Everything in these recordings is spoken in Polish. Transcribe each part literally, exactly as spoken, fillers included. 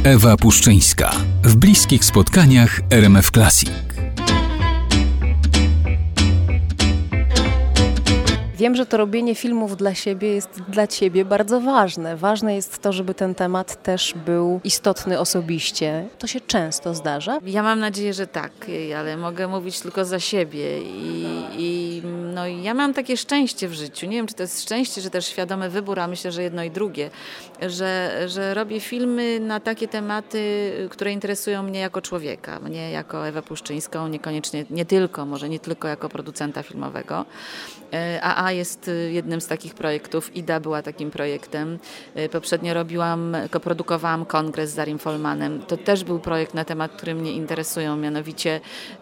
Ewa Puszczyńska w bliskich spotkaniach R M F Classic. Wiem, że to robienie filmów dla siebie jest dla Ciebie bardzo ważne. Ważne jest to, żeby ten temat też był istotny osobiście. To się często zdarza? Ja mam nadzieję, że tak, ale mogę mówić tylko za siebie i, i no, ja mam takie szczęście w życiu. Nie wiem, czy to jest szczęście, czy też świadomy wybór, a myślę, że jedno i drugie, że, że robię filmy na takie tematy, które interesują mnie jako człowieka, mnie jako Ewę Puszczyńską, niekoniecznie, nie tylko, może nie tylko jako producenta filmowego. A A jest jednym z takich projektów, Ida była takim projektem. Poprzednio robiłam, koprodukowałam Kongres z Zarim Folmanem. To też był projekt na temat, który mnie interesują, mianowicie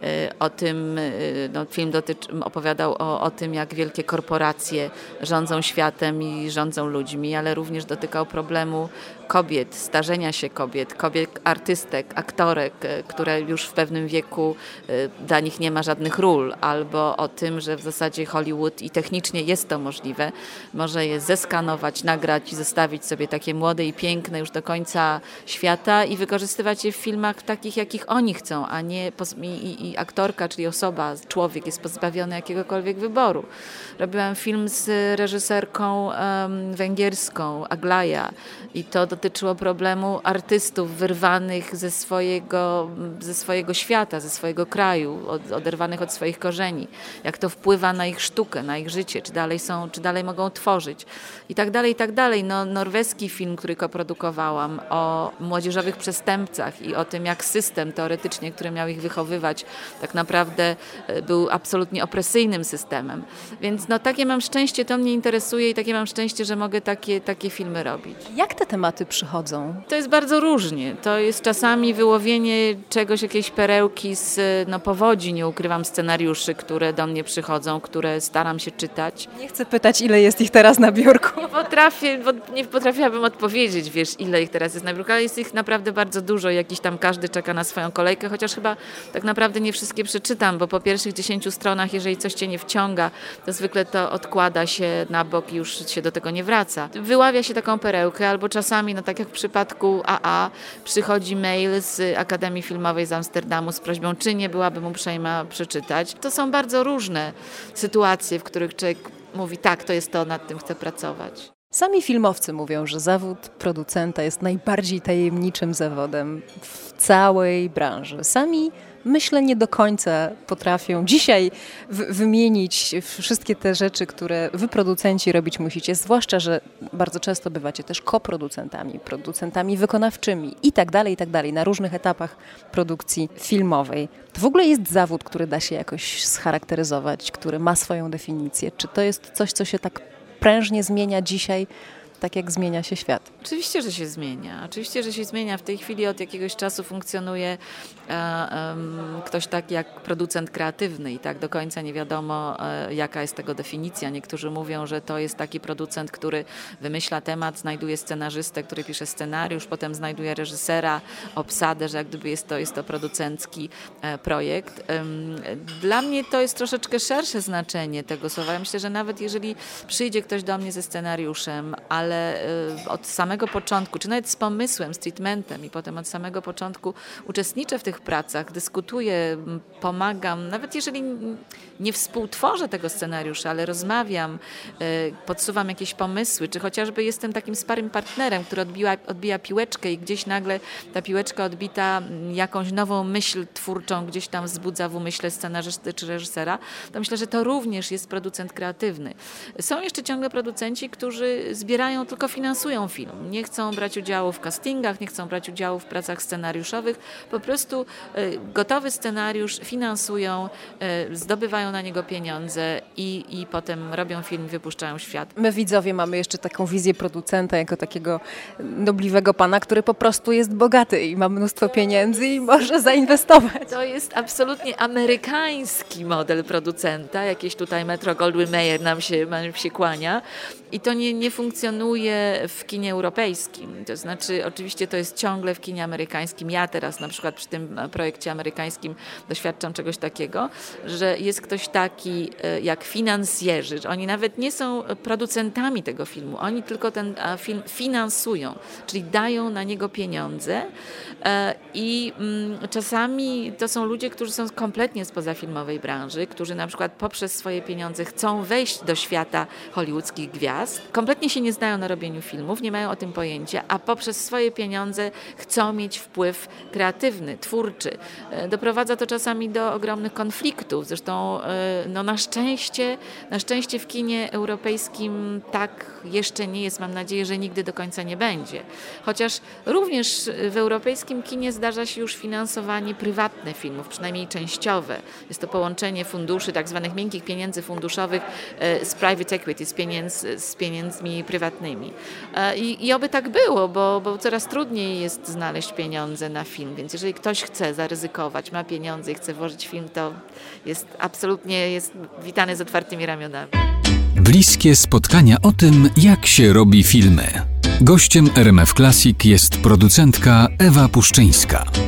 o tym, no, film dotyczy, opowiadał o, o tym, jak wielkie korporacje rządzą światem i rządzą ludźmi, ale również dotykał problemu kobiet, starzenia się kobiet, kobiet artystek, aktorek, które już w pewnym wieku dla nich nie ma żadnych ról, albo o tym, że w zasadzie Hollywood i technicznie jest to możliwe, może je zeskanować, nagrać i zostawić sobie takie młode i piękne już do końca świata i wykorzystywać je w filmach takich, jakich oni chcą, a nie i, i, i aktorka, czyli osoba, człowiek jest pozbawiony jakiegokolwiek wyboru. Robiłam film z reżyserką um, węgierską, Aglaja, i to dotyczyło problemu artystów wyrwanych ze swojego, ze swojego świata, ze swojego kraju, od, oderwanych od swoich korzeni. Jak to wpływa na ich sztukę, na ich życie, czy dalej są, czy dalej mogą tworzyć. I tak dalej, i tak dalej. No, norweski film, który koprodukowałam o młodzieżowych przestępcach i o tym, jak system teoretycznie, który miał ich wychowywać, tak naprawdę był absolutnie opresyjnym systemem. Więc no, takie mam szczęście, to mnie interesuje i takie mam szczęście, że mogę takie, takie filmy robić. Jak te tematy przychodzą? To jest bardzo różnie. To jest czasami wyłowienie czegoś, jakiejś perełki z no, powodzi. Nie ukrywam scenariuszy, które do mnie przychodzą, które staram się czytać. Nie chcę pytać, ile jest ich teraz na biurku. Nie potrafię, bo nie potrafiłabym odpowiedzieć, wiesz, ile ich teraz jest na biurku, ale jest ich naprawdę bardzo dużo. Jakiś tam każdy czeka na swoją kolejkę, chociaż chyba tak naprawdę nie wszystkie przeczytam, bo po pierwszych dziesięciu stronach, jeżeli coś cię nie wciąga, to zwykle to odkłada się na bok i już się do tego nie wraca. Wyławia się taką perełkę, albo czasami, no tak jak w przypadku A A, przychodzi mail z Akademii Filmowej z Amsterdamu z prośbą, czy nie byłabym uprzejma przeczytać. To są bardzo różne sytuacje, w których człowiek mówi, tak, to jest to, nad tym chcę pracować. Sami filmowcy mówią, że zawód producenta jest najbardziej tajemniczym zawodem w całej branży. Sami, myślę, nie do końca potrafią dzisiaj w- wymienić wszystkie te rzeczy, które wy producenci robić musicie, zwłaszcza, że bardzo często bywacie też koproducentami, producentami wykonawczymi i tak dalej, i tak dalej, na różnych etapach produkcji filmowej. To w ogóle jest zawód, który da się jakoś scharakteryzować, który ma swoją definicję. Czy to jest coś, co się tak prężnie zmienia dzisiaj, tak jak zmienia się świat? Oczywiście, że się zmienia. Oczywiście, że się zmienia. W tej chwili od jakiegoś czasu funkcjonuje e, um, ktoś taki jak producent kreatywny i tak do końca nie wiadomo, e, jaka jest tego definicja. Niektórzy mówią, że to jest taki producent, który wymyśla temat, znajduje scenarzystę, który pisze scenariusz, potem znajduje reżysera, obsadę, że jak gdyby jest to, jest to producencki e, projekt. E, dla mnie to jest troszeczkę szersze znaczenie tego słowa. Ja myślę, że nawet jeżeli przyjdzie ktoś do mnie ze scenariuszem, ale od samego początku, czy nawet z pomysłem, z treatmentem i potem od samego początku uczestniczę w tych pracach, dyskutuję, pomagam, nawet jeżeli nie współtworzę tego scenariusza, ale rozmawiam, podsuwam jakieś pomysły, czy chociażby jestem takim sparring partnerem, który odbiła, odbija piłeczkę i gdzieś nagle ta piłeczka odbita jakąś nową myśl twórczą gdzieś tam wzbudza w umyśle scenarzysty czy reżysera, to myślę, że to również jest producent kreatywny. Są jeszcze ciągle producenci, którzy zbierają, tylko finansują film. Nie chcą brać udziału w castingach, nie chcą brać udziału w pracach scenariuszowych. Po prostu y, gotowy scenariusz finansują, y, zdobywają na niego pieniądze i, i potem robią film i wypuszczają w świat. My widzowie mamy jeszcze taką wizję producenta jako takiego nobliwego pana, który po prostu jest bogaty i ma mnóstwo pieniędzy i może zainwestować. To jest absolutnie amerykański model producenta. Jakieś tutaj Metro Goldwyn Mayer nam się, nam się kłania. I to nie, nie funkcjonuje w kinie europejskim. To znaczy, oczywiście to jest ciągle w kinie amerykańskim. Ja teraz na przykład przy tym projekcie amerykańskim doświadczam czegoś takiego, że jest ktoś taki jak finansjerzy. Oni nawet nie są producentami tego filmu. Oni tylko ten film finansują, czyli dają na niego pieniądze i czasami to są ludzie, którzy są kompletnie spoza filmowej branży, którzy na przykład poprzez swoje pieniądze chcą wejść do świata hollywoodzkich gwiazd, kompletnie się nie znają na robieniu filmów, nie mają o tym pojęcia, a poprzez swoje pieniądze chcą mieć wpływ kreatywny, twórczy. Doprowadza to czasami do ogromnych konfliktów. Zresztą no na szczęście, na szczęście w kinie europejskim tak jeszcze nie jest. Mam nadzieję, że nigdy do końca nie będzie. Chociaż również w europejskim kinie zdarza się już finansowanie prywatne filmów, przynajmniej częściowe. Jest to połączenie funduszy, tak zwanych miękkich pieniędzy funduszowych z private equity, z, pieniędz, z pieniędzmi prywatnymi. I, i oby tak było, bo, bo coraz trudniej jest znaleźć pieniądze na film, więc jeżeli ktoś chce zaryzykować, ma pieniądze i chce włożyć film, to jest absolutnie jest witany z otwartymi ramionami. Bliskie spotkania o tym, jak się robi filmy. Gościem R M F Classic jest producentka Ewa Puszczyńska.